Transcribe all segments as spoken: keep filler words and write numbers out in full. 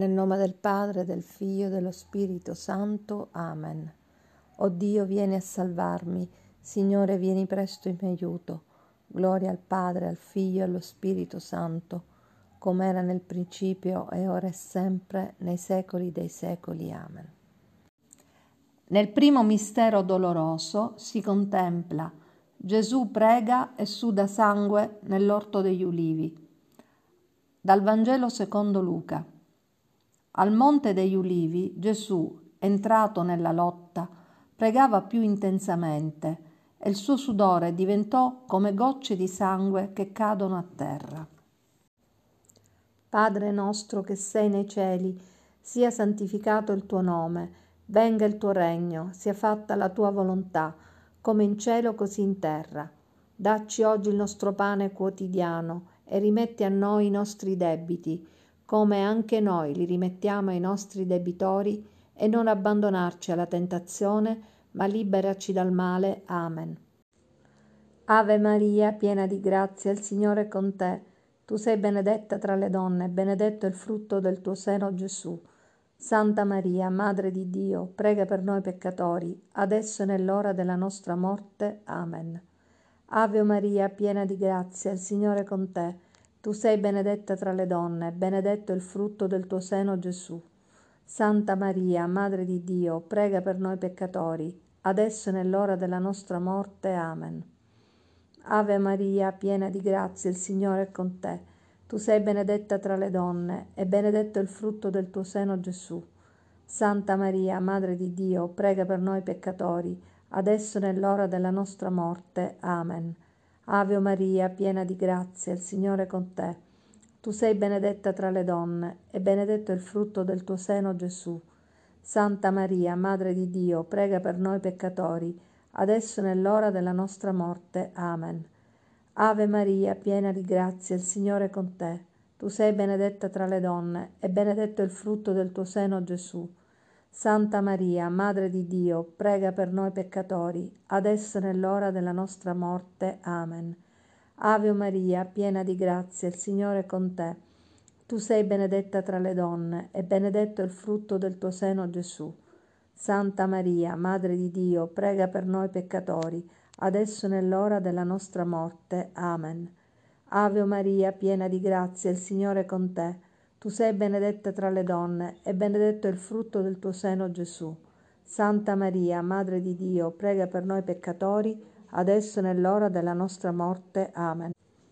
Nel nome del Padre, del Figlio e dello Spirito Santo. Amen. O Dio, vieni a salvarmi. Signore, vieni presto in mio aiuto. Gloria al Padre, al Figlio e allo Spirito Santo, come era nel principio, e ora e sempre, nei secoli dei secoli. Amen. Nel primo mistero doloroso si contempla Gesù prega e suda sangue nell'orto degli ulivi. Dal Vangelo secondo Luca. Al Monte degli Ulivi Gesù, entrato nella lotta, pregava più intensamente e il suo sudore diventò come gocce di sangue che cadono a terra. Padre nostro che sei nei cieli, sia santificato il tuo nome, venga il tuo regno, sia fatta la tua volontà, come in cielo così in terra. Dacci oggi il nostro pane quotidiano e rimetti a noi i nostri debiti, come anche noi li rimettiamo ai nostri debitori, e non abbandonarci alla tentazione, ma liberaci dal male. Amen. Ave Maria, piena di grazia, il Signore è con te. Tu sei benedetta tra le donne, e benedetto è il frutto del tuo seno, Gesù. Santa Maria, Madre di Dio, prega per noi peccatori, adesso e nell'ora della nostra morte. Amen. Ave Maria, piena di grazia, il Signore è con te. Tu sei benedetta tra le donne, e benedetto è il frutto del tuo seno, Gesù. Santa Maria, Madre di Dio, prega per noi peccatori, adesso e nell'ora della nostra morte. Amen. Ave Maria, piena di grazia, il Signore è con te. Tu sei benedetta tra le donne, e benedetto è il frutto del tuo seno, Gesù. Santa Maria, Madre di Dio, prega per noi peccatori, adesso e nell'ora della nostra morte. Amen. Ave Maria, piena di grazia, il Signore è con te. Tu sei benedetta tra le donne, e benedetto è il frutto del tuo seno, Gesù. Santa Maria, Madre di Dio, prega per noi peccatori, adesso e nell'ora della nostra morte. Amen. Ave Maria, piena di grazia, il Signore è con te. Tu sei benedetta tra le donne, e benedetto è il frutto del tuo seno, Gesù. Santa Maria, Madre di Dio, prega per noi peccatori, adesso e nell'ora della nostra morte. Amen. Ave Maria, piena di grazia, il Signore è con te. Tu sei benedetta tra le donne, e benedetto è il frutto del tuo seno, Gesù. Santa Maria, Madre di Dio, prega per noi peccatori, adesso e nell'ora della nostra morte. Amen. Ave Maria, piena di grazia, il Signore è con te. Tu sei benedetta tra le donne, e benedetto è il frutto del tuo seno, Gesù. Santa Maria, Madre di Dio, prega per noi peccatori, adesso e nell'ora della nostra morte. Amen.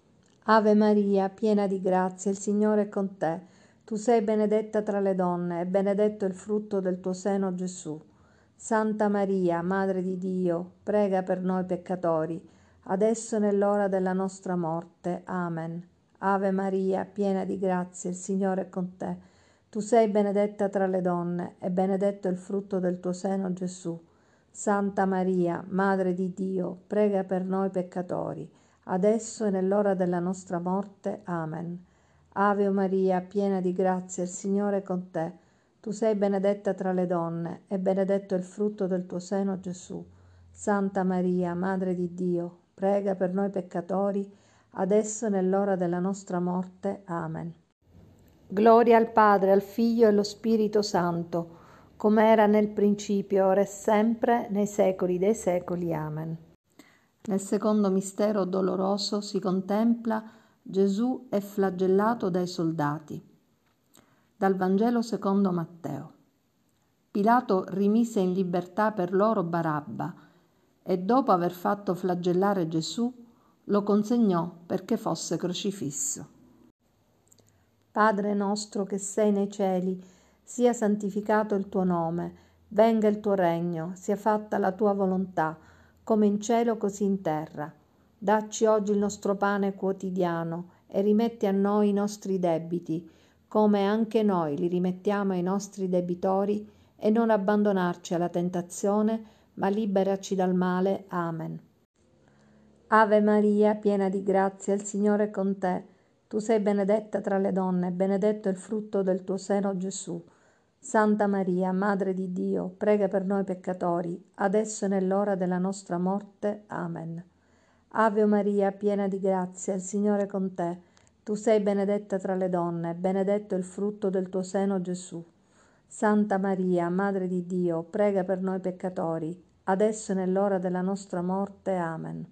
Ave Maria, piena di grazia, il Signore è con te. Tu sei benedetta tra le donne, e benedetto è il frutto del tuo seno, Gesù. Santa Maria, Madre di Dio, prega per noi peccatori, adesso e nell'ora della nostra morte. Amen. Ave Maria, piena di grazia, il Signore è con te. Tu sei benedetta tra le donne, e benedetto è il frutto del tuo seno, Gesù. Santa Maria, Madre di Dio, prega per noi peccatori, adesso e nell'ora della nostra morte. Amen. Ave Maria, piena di grazia, il Signore è con te. Tu sei benedetta tra le donne, e benedetto è il frutto del tuo seno, Gesù. Santa Maria, Madre di Dio, prega per noi peccatori, adesso e nell'ora della nostra morte. Amen. Gloria al Padre, al Figlio e allo Spirito Santo, come era nel principio, ora e sempre, nei secoli dei secoli. Amen. Nel secondo mistero doloroso si contempla Gesù è flagellato dai soldati. Dal Vangelo secondo Matteo. Pilato rimise in libertà per loro Barabba, e dopo aver fatto flagellare Gesù, lo consegnò perché fosse crocifisso. Padre nostro che sei nei cieli, sia santificato il tuo nome, venga il tuo regno, sia fatta la tua volontà, come in cielo così in terra. Dacci oggi il nostro pane quotidiano, e rimetti a noi i nostri debiti, come anche noi li rimettiamo ai nostri debitori, e non abbandonarci alla tentazione, ma liberaci dal male. Amen. Ave Maria, piena di grazia, il Signore è con te. Tu sei benedetta tra le donne, e benedetto è il frutto del tuo seno, Gesù. Santa Maria, Madre di Dio, prega per noi peccatori, adesso e nell'ora della nostra morte. Amen. Ave Maria, piena di grazia, il Signore è con te. Tu Tu sei benedetta tra le donne, e benedetto è il frutto del tuo seno, Gesù. Santa Maria, Madre di Dio, prega per noi peccatori, adesso e nell'ora della nostra morte. Amen.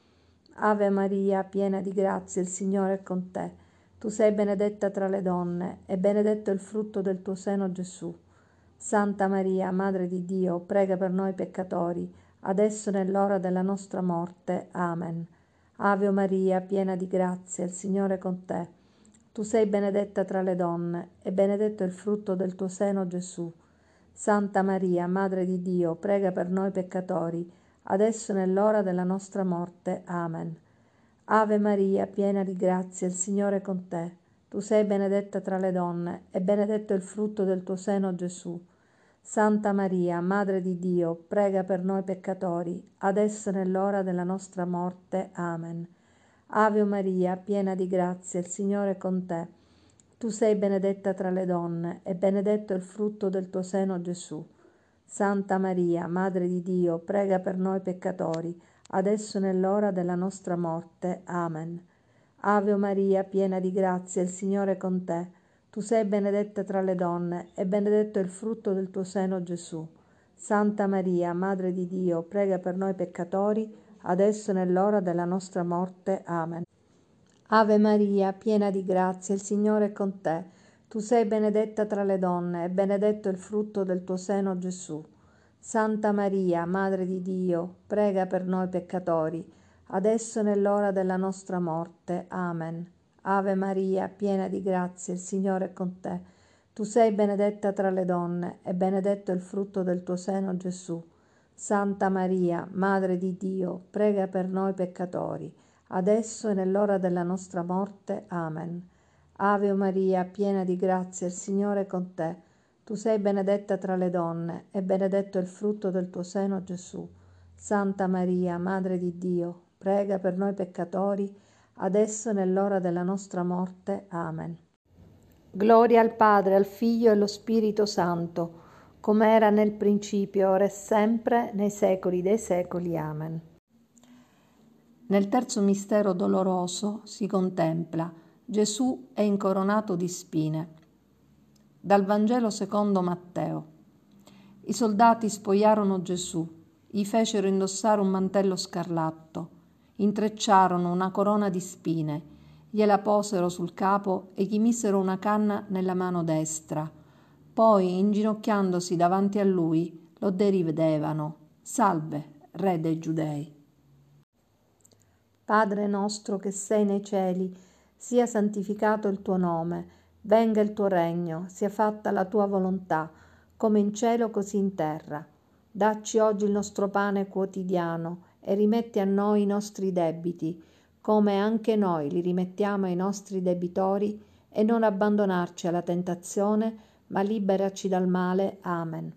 Ave Maria, piena di grazia, il Signore è con te. Tu sei benedetta tra le donne, e benedetto è il frutto del tuo seno, Gesù. Santa Maria, Madre di Dio, prega per noi peccatori, adesso e nell'ora della nostra morte. Amen. Ave Maria, piena di grazia, il Signore è con te. Tu sei benedetta tra le donne, e benedetto è il frutto del tuo seno, Gesù. Santa Maria, Madre di Dio, prega per noi peccatori, adesso e nell'ora della nostra morte. Amen. Ave Maria, piena di grazia, il Signore è con te. Tu sei benedetta tra le donne, e benedetto è il frutto del tuo seno, Gesù. Santa Maria, Madre di Dio, prega per noi peccatori, adesso e nell'ora della nostra morte. Amen. Ave Maria, piena di grazia, il Signore è con te. Tu sei benedetta tra le donne, e benedetto è il frutto del tuo seno, Gesù. Santa Maria, Madre di Dio, prega per noi peccatori, adesso e nell'ora della nostra morte. Amen. Ave Maria, piena di grazia, il Signore è con te. Tu sei benedetta tra le donne, e benedetto è il frutto del tuo seno, Gesù. Santa Maria, Madre di Dio, prega per noi peccatori, adesso e nell'ora della nostra morte. Amen. Ave Maria, piena di grazia, il Signore è con te. Tu sei benedetta tra le donne, e benedetto è il frutto del tuo seno, Gesù. Santa Maria, Madre di Dio, prega per noi peccatori, adesso e nell'ora della nostra morte. Amen. Ave Maria, piena di grazia, il Signore è con te. Tu sei benedetta tra le donne, e benedetto è il frutto del tuo seno, Gesù. Santa Maria, Madre di Dio, prega per noi peccatori, adesso e nell'ora della nostra morte. Amen. Ave Maria, piena di grazia, il Signore è con te. Tu sei benedetta tra le donne, e benedetto è il frutto del tuo seno, Gesù. Santa Maria, Madre di Dio, prega per noi peccatori, adesso e nell'ora della nostra morte. Amen. Gloria al Padre, al Figlio e allo Spirito Santo, come era nel principio, ora e sempre, nei secoli dei secoli. Amen. Nel terzo mistero doloroso si contempla Gesù è incoronato di spine. Dal Vangelo secondo Matteo. I soldati spogliarono Gesù, gli fecero indossare un mantello scarlatto, intrecciarono una corona di spine, gliela posero sul capo e gli misero una canna nella mano destra. Poi, inginocchiandosi davanti a lui, lo deridevano: Salve, Re dei Giudei. Padre nostro che sei nei cieli, sia santificato il tuo nome, venga il tuo regno, sia fatta la tua volontà, come in cielo così in terra. Dacci oggi il nostro pane quotidiano e rimetti a noi i nostri debiti, come anche noi li rimettiamo ai nostri debitori, e non abbandonarci alla tentazione, ma liberaci dal male. Amen.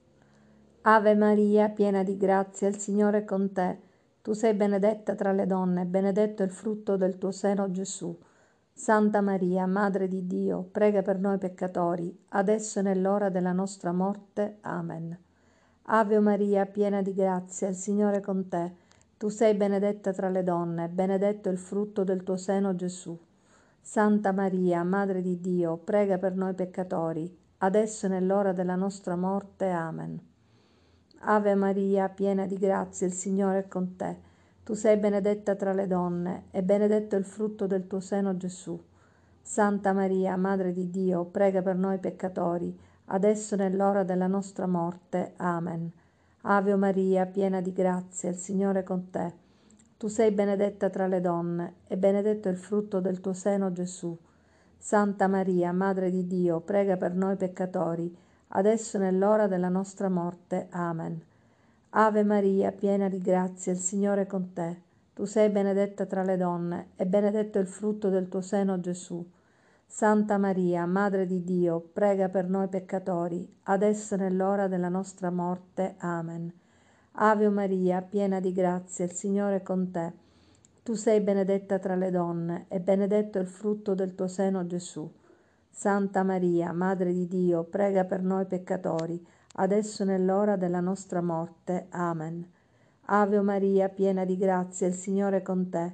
Ave Maria, piena di grazia, il Signore è con te. Tu sei benedetta tra le donne, e benedetto è il frutto del tuo seno, Gesù. Santa Maria, Madre di Dio, prega per noi peccatori, adesso e nell'ora della nostra morte. Amen. Ave Maria, piena di grazia, il Signore è con te. Tu sei benedetta tra le donne, e benedetto è il frutto del tuo seno, Gesù. Santa Maria, Madre di Dio, prega per noi peccatori, adesso e nell'ora della nostra morte. Amen. Ave Maria, piena di grazia, il Signore è con te. Tu sei benedetta tra le donne, e benedetto è il frutto del tuo seno, Gesù. Santa Maria, Madre di Dio, prega per noi peccatori, adesso e nell'ora della nostra morte. Amen. Ave Maria, piena di grazia, il Signore è con te. Tu sei benedetta tra le donne, e benedetto è il frutto del tuo seno, Gesù. Santa Maria, Madre di Dio, prega per noi peccatori, adesso e nell'ora della nostra morte. Amen. Ave Maria, piena di grazia, il Signore è con te. Tu sei benedetta tra le donne, e benedetto è il frutto del tuo seno, Gesù. Santa Maria, Madre di Dio, prega per noi peccatori, adesso e nell'ora della nostra morte. Amen. Ave Maria, piena di grazia, il Signore è con te. Tu sei benedetta tra le donne, e benedetto è il frutto del tuo seno, Gesù. Santa Maria, Madre di Dio, prega per noi peccatori, adesso e nell'ora della nostra morte. Amen. Ave Maria, piena di grazia, il Signore è con te.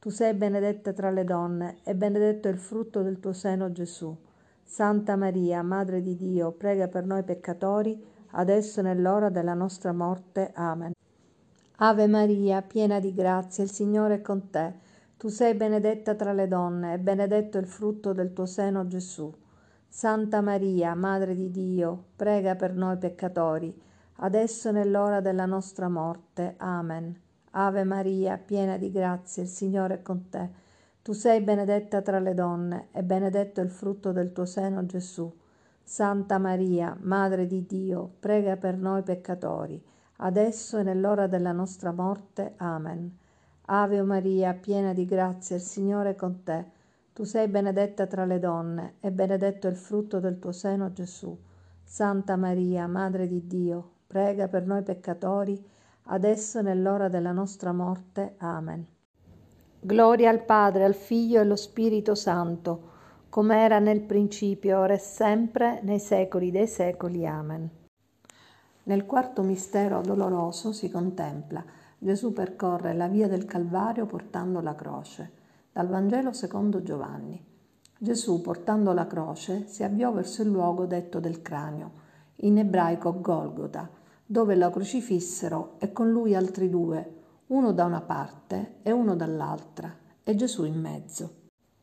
Tu sei benedetta tra le donne e benedetto è il frutto del tuo seno, Gesù. Santa Maria, Madre di Dio, prega per noi peccatori, adesso e nell'ora della nostra morte. Amen. Ave Maria, piena di grazia, il Signore è con te. Tu sei benedetta tra le donne e benedetto è il frutto del tuo seno, Gesù. Santa Maria, Madre di Dio, prega per noi peccatori, adesso e nell'ora della nostra morte. Amen. Ave Maria, piena di grazia, il Signore è con te. Tu sei benedetta tra le donne e benedetto è il frutto del tuo seno, Gesù. Santa Maria, Madre di Dio, prega per noi peccatori, adesso e nell'ora della nostra morte. Amen. Ave Maria, piena di grazia, il Signore è con te. Tu sei benedetta tra le donne e benedetto è il frutto del tuo seno, Gesù. Santa Maria, Madre di Dio, prega per noi peccatori, adesso e nell'ora della nostra morte. Amen. Gloria al Padre, al Figlio e allo Spirito Santo, come era nel principio, ora e sempre, nei secoli dei secoli. Amen. Nel quarto mistero doloroso si contempla Gesù percorre la via del Calvario portando la croce. Dal Vangelo secondo Giovanni. Gesù, portando la croce, si avviò verso il luogo detto del cranio, in ebraico Golgota, dove lo crocifissero e con lui altri due, uno da una parte e uno dall'altra, e Gesù in mezzo.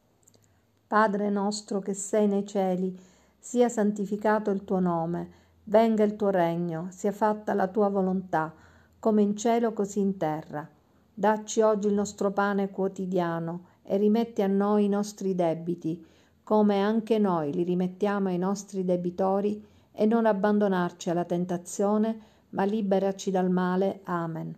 Padre nostro che sei nei cieli, sia santificato il tuo nome, venga il tuo regno, sia fatta la tua volontà, come in cielo così in terra. Dacci oggi il nostro pane quotidiano e rimetti a noi i nostri debiti, come anche noi li rimettiamo ai nostri debitori, e non abbandonarci alla tentazione, ma liberaci dal male. Amen.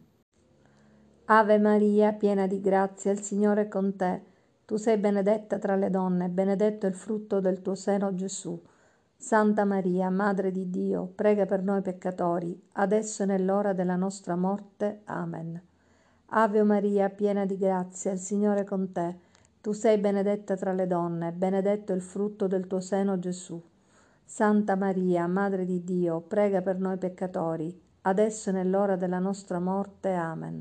Ave Maria, piena di grazia, il Signore è con te. Tu sei benedetta tra le donne, benedetto è il frutto del tuo seno, Gesù. Santa Maria, Madre di Dio, prega per noi peccatori, adesso e nell'ora della nostra morte. Amen. Ave Maria, piena di grazia, il Signore è con te. Tu sei benedetta tra le donne, benedetto è il frutto del tuo seno, Gesù. Santa Maria, Madre di Dio, prega per noi peccatori, adesso e nell'ora della nostra morte. Amen.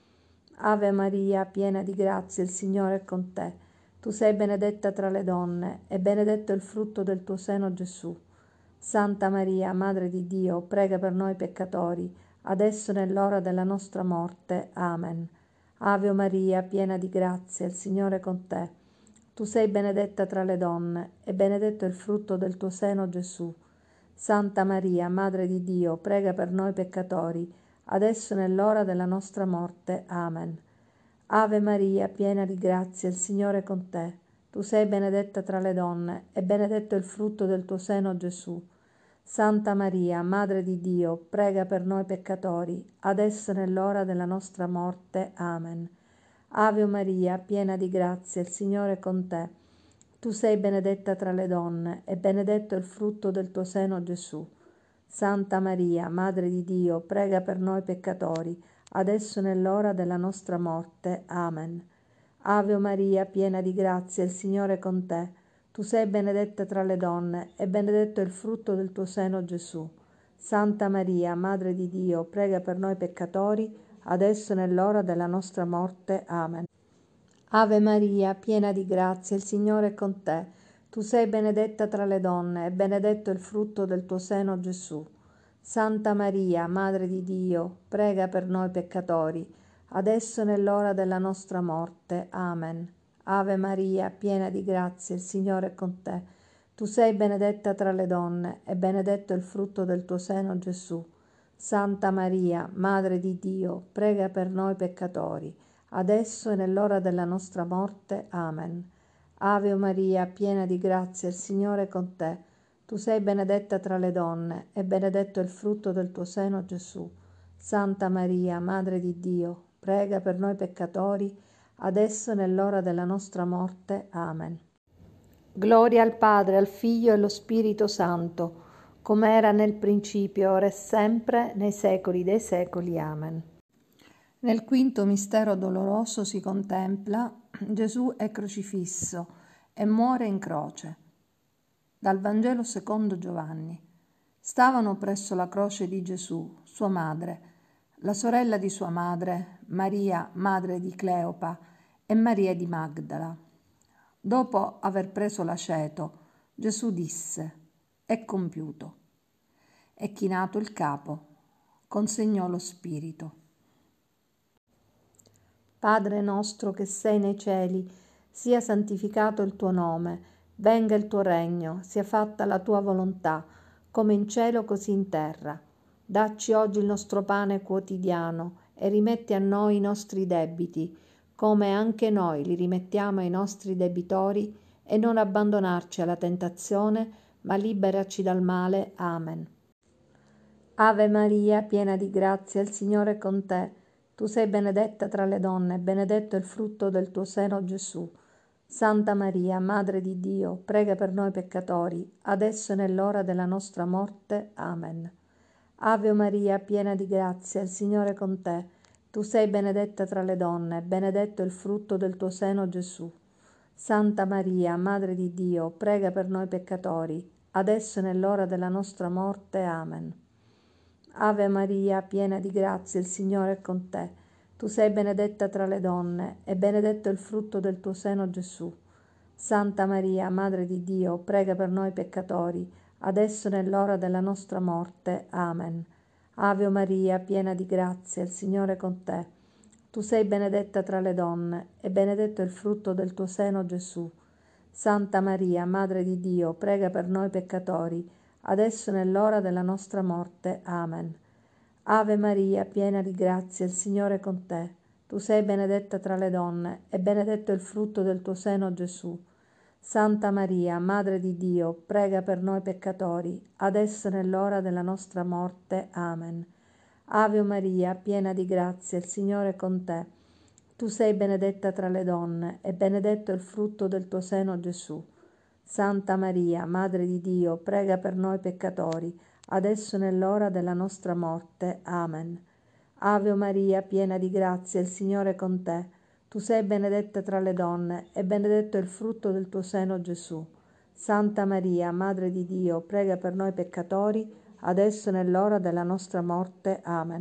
Ave Maria, piena di grazia, il Signore è con te. Tu sei benedetta tra le donne, e benedetto è il frutto del tuo seno, Gesù. Santa Maria, Madre di Dio, prega per noi peccatori, adesso e nell'ora della nostra morte. Amen. Ave Maria, piena di grazia, il Signore è con te. Tu sei benedetta tra le donne, e benedetto è il frutto del tuo seno, Gesù. Santa Maria, Madre di Dio, prega per noi peccatori, adesso e nell'ora della nostra morte. Amen. Ave Maria, piena di grazia, il Signore è con te. Tu sei benedetta tra le donne, e benedetto è il frutto del tuo seno, Gesù. Santa Maria, Madre di Dio, prega per noi peccatori, adesso e nell'ora della nostra morte. Amen. Ave Maria, piena di grazia, il Signore è con te. Tu sei benedetta tra le donne, e benedetto è il frutto del tuo seno, Gesù. Santa Maria, Madre di Dio, prega per noi peccatori, adesso e nell'ora della nostra morte. Amen. Ave Maria, piena di grazia, il Signore è con te. Tu sei benedetta tra le donne, e benedetto è il frutto del tuo seno, Gesù. Santa Maria, Madre di Dio, prega per noi peccatori, adesso e nell'ora della nostra morte. Amen. Ave Maria, piena di grazia, il Signore è con te. Tu sei benedetta tra le donne, e benedetto è il frutto del tuo seno, Gesù. Santa Maria, Madre di Dio, prega per noi peccatori, adesso e nell'ora della nostra morte. Amen. Ave Maria, piena di grazia, il Signore è con te. Tu sei benedetta tra le donne, e benedetto è il frutto del tuo seno, Gesù. Santa Maria, Madre di Dio, prega per noi peccatori, adesso e nell'ora della nostra morte. Amen. Ave Maria, piena di grazia, il Signore è con te. Tu sei benedetta tra le donne, e benedetto è il frutto del tuo seno, Gesù. Santa Maria, Madre di Dio, prega per noi peccatori, adesso e nell'ora della nostra morte. Amen. Gloria al Padre, al Figlio e allo Spirito Santo, come era nel principio, ora e sempre, nei secoli dei secoli. Amen. Nel quinto mistero doloroso si contempla Gesù è crocifisso e muore in croce. Dal Vangelo secondo Giovanni. Stavano presso la croce di Gesù, sua madre, la sorella di sua madre, Maria, madre di Cleopa, e Maria di Magdala. Dopo aver preso l'aceto, Gesù disse: «È compiuto». E chinato il capo, consegnò lo spirito. Padre nostro che sei nei cieli, sia santificato il tuo nome, venga il tuo regno, sia fatta la tua volontà, come in cielo così in terra. Dacci oggi il nostro pane quotidiano e rimetti a noi i nostri debiti, come anche noi li rimettiamo ai nostri debitori, e non abbandonarci alla tentazione, ma liberaci dal male. Amen. Ave Maria, piena di grazia, il Signore è con te. Tu sei benedetta tra le donne, e benedetto è il frutto del tuo seno, Gesù. Santa Maria, Madre di Dio, prega per noi peccatori, adesso e nell'ora della nostra morte. Amen. Ave Maria, piena di grazia, il Signore è con te. Tu sei benedetta tra le donne, e benedetto è il frutto del tuo seno, Gesù. Santa Maria, Madre di Dio, prega per noi peccatori, adesso e nell'ora della nostra morte. Amen. Ave Maria, piena di grazia, il Signore è con te. Tu sei benedetta tra le donne, e benedetto è il frutto del tuo seno, Gesù. Santa Maria, Madre di Dio, prega per noi peccatori, adesso e nell'ora della nostra morte. Amen. Ave Maria, piena di grazia, il Signore è con te. Tu sei benedetta tra le donne, e benedetto è il frutto del tuo seno, Gesù. Santa Maria, Madre di Dio, prega per noi peccatori, adesso e nell'ora della nostra morte. Amen. Ave Maria, piena di grazia, il Signore è con te. Tu sei benedetta tra le donne, e benedetto è il frutto del tuo seno, Gesù. Santa Maria, Madre di Dio, prega per noi peccatori, adesso e nell'ora della nostra morte. Amen. Ave Maria, piena di grazia, il Signore è con te. Tu sei benedetta tra le donne, e benedetto è il frutto del tuo seno, Gesù. Santa Maria, Madre di Dio, prega per noi peccatori, adesso e nell'ora della nostra morte. Amen. Ave Maria, piena di grazia, il Signore è con te. Tu sei benedetta tra le donne, e benedetto è il frutto del tuo seno, Gesù. Santa Maria, Madre di Dio, prega per noi peccatori, adesso e nell'ora della nostra morte. Amen.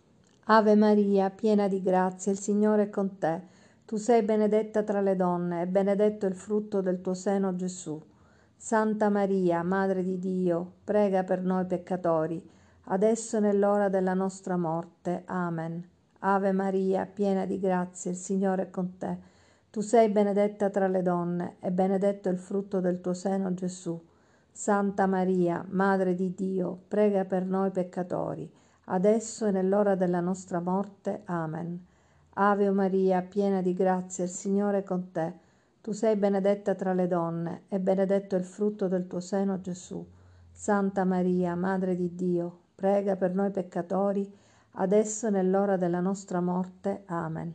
Ave Maria, piena di grazia, il Signore è con te. Tu sei benedetta tra le donne, e benedetto è il frutto del tuo seno, Gesù. Santa Maria, Madre di Dio, prega per noi peccatori, adesso e nell'ora della nostra morte. Amen. Ave Maria, piena di grazia, il Signore è con te. Tu sei benedetta tra le donne, e benedetto è il frutto del tuo seno, Gesù. Santa Maria, Madre di Dio, prega per noi peccatori, adesso e nell'ora della nostra morte. Amen. Ave Maria, piena di grazia, il Signore è con te. Tu sei benedetta tra le donne, e benedetto è il frutto del tuo seno, Gesù. Santa Maria, Madre di Dio, prega per noi peccatori, adesso e nell'ora della nostra morte. Amen.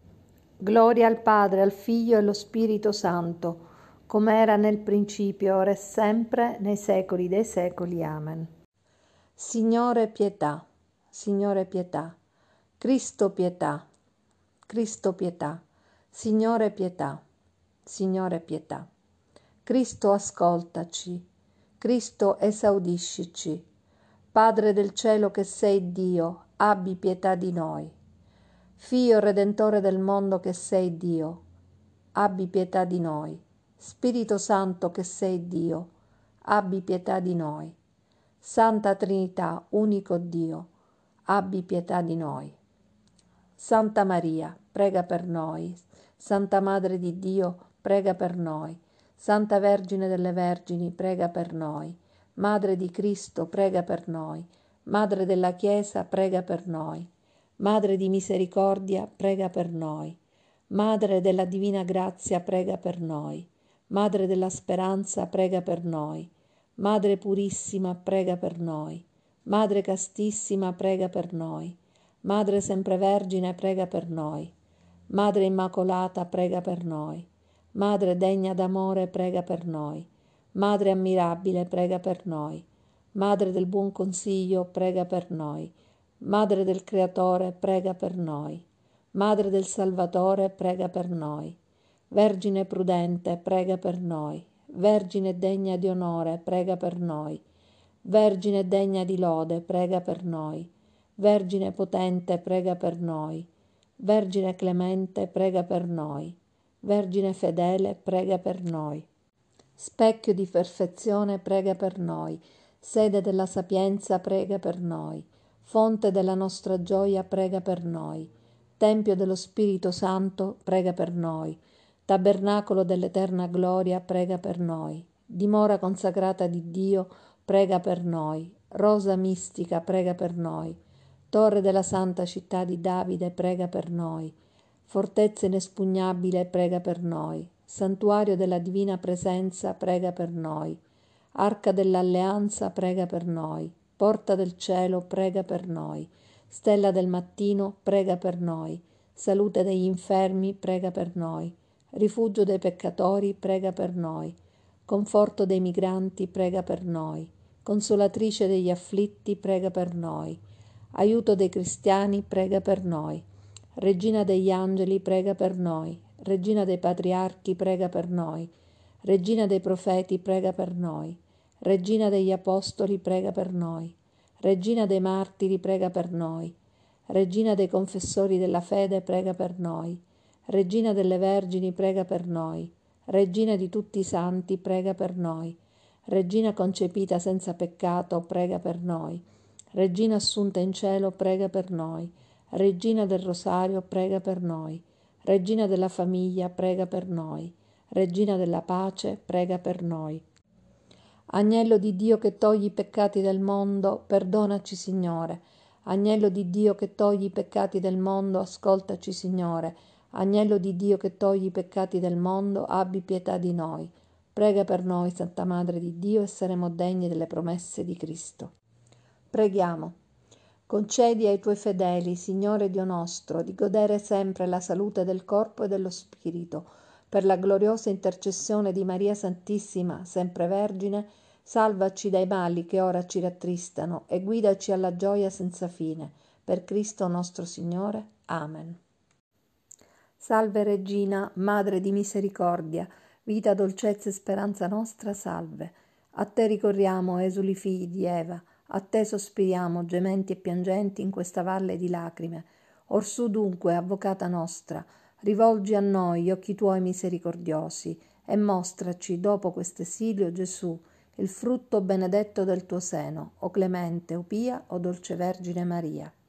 Gloria al Padre, al Figlio e allo Spirito Santo, come era nel principio, ora e sempre, nei secoli dei secoli. Amen. Signore pietà, Signore pietà, Cristo pietà, Cristo pietà, Signore pietà, Signore pietà. Cristo ascoltaci, Cristo esaudiscici. Padre del cielo che sei Dio, abbi pietà di noi. Figlio Redentore del mondo che sei Dio, abbi pietà di noi. Spirito Santo che sei Dio, abbi pietà di noi. Santa Trinità, unico Dio, abbi pietà di noi. Santa Maria, prega per noi. Santa Madre di Dio, prega per noi. Santa Vergine delle Vergini, prega per noi. Madre di Cristo, prega per noi. Madre della Chiesa, prega per noi. Madre di misericordia, prega per noi. Madre della divina grazia, prega per noi. Madre della speranza, prega per noi. Madre purissima, prega per noi. Madre castissima, prega per noi. Madre sempre vergine, prega per noi. Madre immacolata, prega per noi. Madre degna d'amore, prega per noi. Madre ammirabile, prega per noi. Madre del buon consiglio, prega per noi. Madre del Creatore, prega per noi. Madre del Salvatore, prega per noi. Vergine prudente, prega per noi. Vergine degna di onore, prega per noi. Vergine degna di lode, prega per noi. Vergine potente, prega per noi. Vergine clemente, prega per noi. Vergine fedele, prega per noi. Specchio di perfezione, prega per noi. Sede della sapienza, prega per noi. Fonte della nostra gioia, prega per noi. Tempio dello Spirito Santo, prega per noi. Tabernacolo dell'eterna gloria, prega per noi. Dimora consacrata di Dio, prega per noi. Rosa mistica, prega per noi. Torre della santa città di Davide, prega per noi. Fortezza inespugnabile, prega per noi. Santuario della divina presenza, prega per noi. Arca dell'alleanza, prega per noi. Porta del cielo, prega per noi. Stella del mattino, prega per noi. Salute degli infermi, prega per noi. Rifugio dei peccatori, prega per noi. Conforto dei migranti, prega per noi. Consolatrice degli afflitti, prega per noi. Aiuto dei cristiani, prega per noi. Regina degli angeli, prega per noi. Regina dei patriarchi, prega per noi. Regina dei profeti, prega per noi. Regina degli apostoli, prega per noi. Regina dei martiri, prega per noi. Regina dei confessori della fede, prega per noi. Regina delle vergini, prega per noi. Regina di tutti i santi, prega per noi. Regina concepita senza peccato, prega per noi. Regina assunta in cielo, prega per noi. Regina del Rosario, prega per noi. Regina della famiglia, prega per noi. Regina della pace, prega per noi. Agnello di Dio che togli i peccati del mondo, perdonaci, Signore. Agnello di Dio che togli i peccati del mondo, ascoltaci, Signore. Agnello di Dio che togli i peccati del mondo, abbi pietà di noi. Prega per noi, Santa Madre di Dio, e saremo degni delle promesse di Cristo. Preghiamo. Concedi ai Tuoi fedeli, Signore Dio nostro, di godere sempre la salute del corpo e dello spirito. Per la gloriosa intercessione di Maria Santissima, sempre Vergine, salvaci dai mali che ora ci rattristano e guidaci alla gioia senza fine. Per Cristo nostro Signore. Amen. Salve Regina, Madre di misericordia, vita, dolcezza e speranza nostra, salve. A Te ricorriamo, esuli figli di Eva, a Te sospiriamo, gementi e piangenti in questa valle di lacrime. Orsù dunque, Avvocata nostra, rivolgi a noi gli occhi Tuoi misericordiosi e mostraci, dopo quest'esilio, Gesù, il frutto benedetto del Tuo seno, o clemente, o pia, o dolce Vergine Maria.